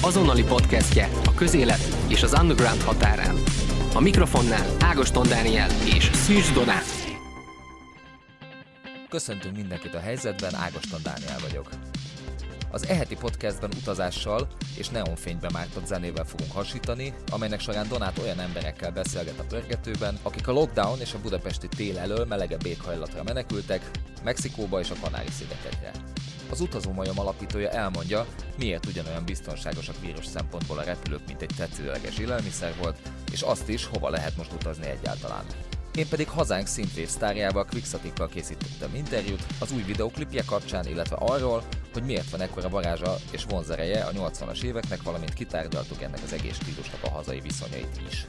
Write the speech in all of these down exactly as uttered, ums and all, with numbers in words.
azonnali podcastje a közélet és az underground határán. A mikrofonnál Ágoston Dániel és Szűcs Donát. Köszöntünk mindenkit a helyzetben, Ágoston Dániel vagyok. Az e-heti podcastben utazással és neonfényben mártott zenével fogunk hasítani, amelynek során Donát olyan emberekkel beszélget a Pörgetőben, akik a lockdown és a budapesti tél elől melegebb éghajlatra menekültek, Mexikóba és a Kanári-szigetekre. Az utazómajom alapítója elmondja, miért ugyanolyan biztonságosak vírus szempontból a repülők, mint egy tetszőleges élelmiszer volt, és azt is, hova lehet most utazni egyáltalán. Én pedig hazánk szintvév sztárjával, Quicksatikkal készítettem interjút az új videoklipje kapcsán, illetve arról, hogy miért van ekkora varázsa és vonzereje a nyolcvanas éveknek, valamint kitárgyaltuk ennek az egész stílusnak a hazai viszonyait is.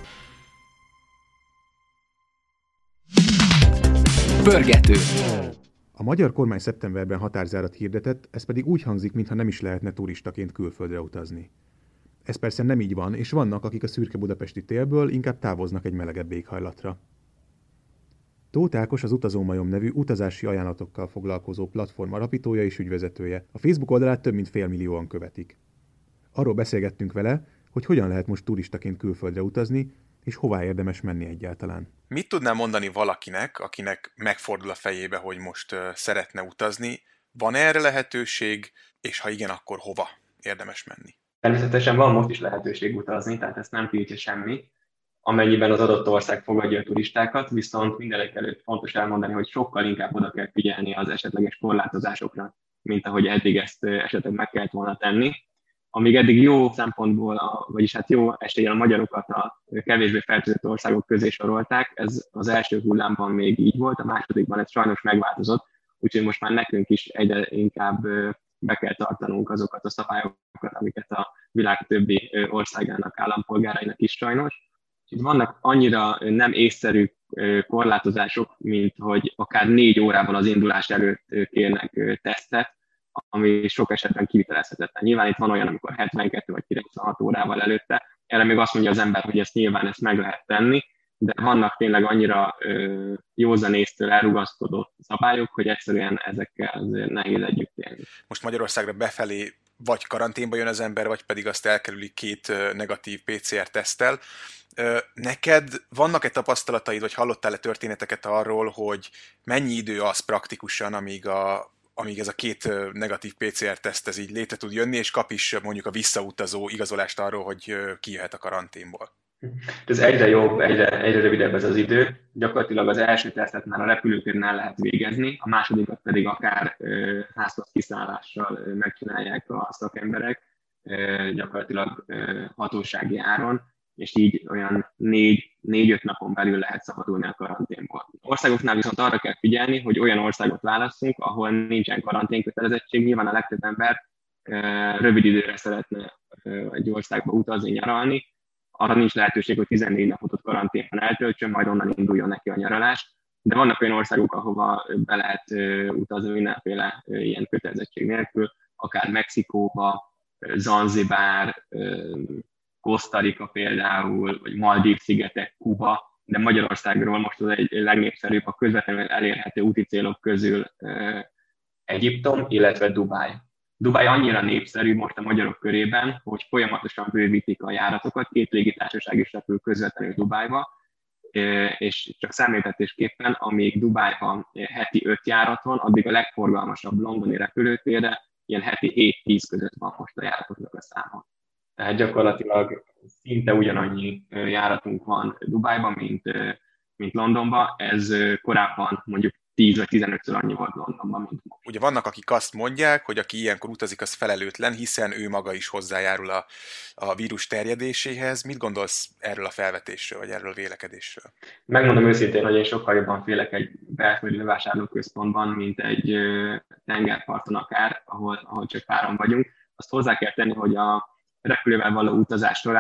Pörgető. A magyar kormány szeptemberben határzárat hirdetett, ez pedig úgy hangzik, mintha nem is lehetne turistaként külföldre utazni. Ez persze nem így van, és vannak, akik a szürke budapesti télből inkább távoznak egy melegebb éghajlatra. Tóth Ákos az Utazómajom nevű utazási ajánlatokkal foglalkozó platform alapítója és ügyvezetője. A Facebook oldalát több mint félmillióan követik. Arról beszélgettünk vele, hogy hogyan lehet most turistaként külföldre utazni, és hová érdemes menni egyáltalán. Mit tudnál mondani valakinek, akinek megfordul a fejébe, hogy most uh, szeretne utazni? Van erre lehetőség, és ha igen, akkor hova érdemes menni? Természetesen van most is lehetőség utazni, tehát ezt nem tiltja semmi, amennyiben az adott ország fogadja a turistákat, viszont mindenek előtt fontos elmondani, hogy sokkal inkább oda kell figyelni az esetleges korlátozásokra, mint ahogy eddig ezt esetleg meg kellett volna tenni. Amíg eddig jó szempontból, vagyis hát jó eséllyel a magyarokat a kevésbé fertőzött országok közé sorolták, ez az első hullámban még így volt, a másodikban ez sajnos megváltozott, úgyhogy most már nekünk is egyre inkább be kell tartanunk azokat a szabályokat, amiket a világ többi országának, állampolgárainak is sajnos. Úgyhogy vannak annyira nem észszerű korlátozások, mint hogy akár négy órával az indulás előtt kérnek tesztet, ami sok esetben kivitelezhetetlen. Nyilván itt van olyan, amikor hetvenkettő vagy kilencvenhat órával előtte. Erre még azt mondja az ember, hogy ezt nyilván ezt meg lehet tenni, de vannak tényleg annyira ö, józanésztől elrugaszkodott szabályok, hogy egyszerűen ezekkel azért nehéz együtt élni. Most Magyarországra befelé vagy karanténba jön az ember, vagy pedig azt elkerüli két negatív pé cé er teszttel. Neked vannak-e tapasztalataid, vagy hallottál-e történeteket arról, hogy mennyi idő az praktikusan, amíg a amíg ez a két negatív pé cé er teszt ez így létre tud jönni, és kap is mondjuk a visszautazó igazolást arról, hogy kijöhet a karanténból? Ez egyre jobb, egyre, egyre rövidebb ez az idő. Gyakorlatilag az első tesztet már a repülőtérnél lehet végezni, a másodikat pedig akár ö, házhoz kiszállással ö, megcsinálják a szakemberek, ö, gyakorlatilag ö, hatósági áron, és így olyan négy-öt napon belül lehet szabadulni a karanténból. Országoknál viszont arra kell figyelni, hogy olyan országot válasszunk, ahol nincsen karanténkötelezettség. Nyilván a legtöbb ember rövid időre szeretne egy országba utazni, nyaralni. Arra nincs lehetőség, hogy tizennégy napot ott karanténban eltöltsön, majd onnan induljon neki a nyaralás. De vannak olyan országok, ahova be lehet utazni mindenféle ilyen kötelezettség nélkül, akár Mexikóba, Zanzibár, Costa Rica például, vagy Maldív-szigetek, Kuba, de Magyarországról most az egy legnépszerűbb, a közvetlenül elérhető úti célok közül Egyiptom, illetve Dubáj. Dubáj annyira népszerű most a magyarok körében, hogy folyamatosan bővítik a járatokat, két légitársaság is repül közvetlenül Dubájba, és csak számításképpen, amíg Dubájban heti öt járat van, addig a legforgalmasabb londoni repülőtérre ilyen heti hét-tíz között van most a járatoknak a száma. Tehát gyakorlatilag szinte ugyanannyi járatunk van Dubájban, mint, mint Londonban. Ez korábban mondjuk tíz vagy tizenötször annyi volt Londonban, mint most. Ugye vannak, akik azt mondják, hogy aki ilyenkor utazik, az felelőtlen, hiszen ő maga is hozzájárul a, a vírus terjedéséhez. Mit gondolsz erről a felvetésről, vagy erről a vélekedésről? Megmondom őszintén, hogy én sokkal jobban félek egy belföldi bevásárlóközpontban, mint egy tengerparton akár, ahol, ahol csak páran vagyunk. Azt hozzá kell tenni, hogy a repülővel való utazás során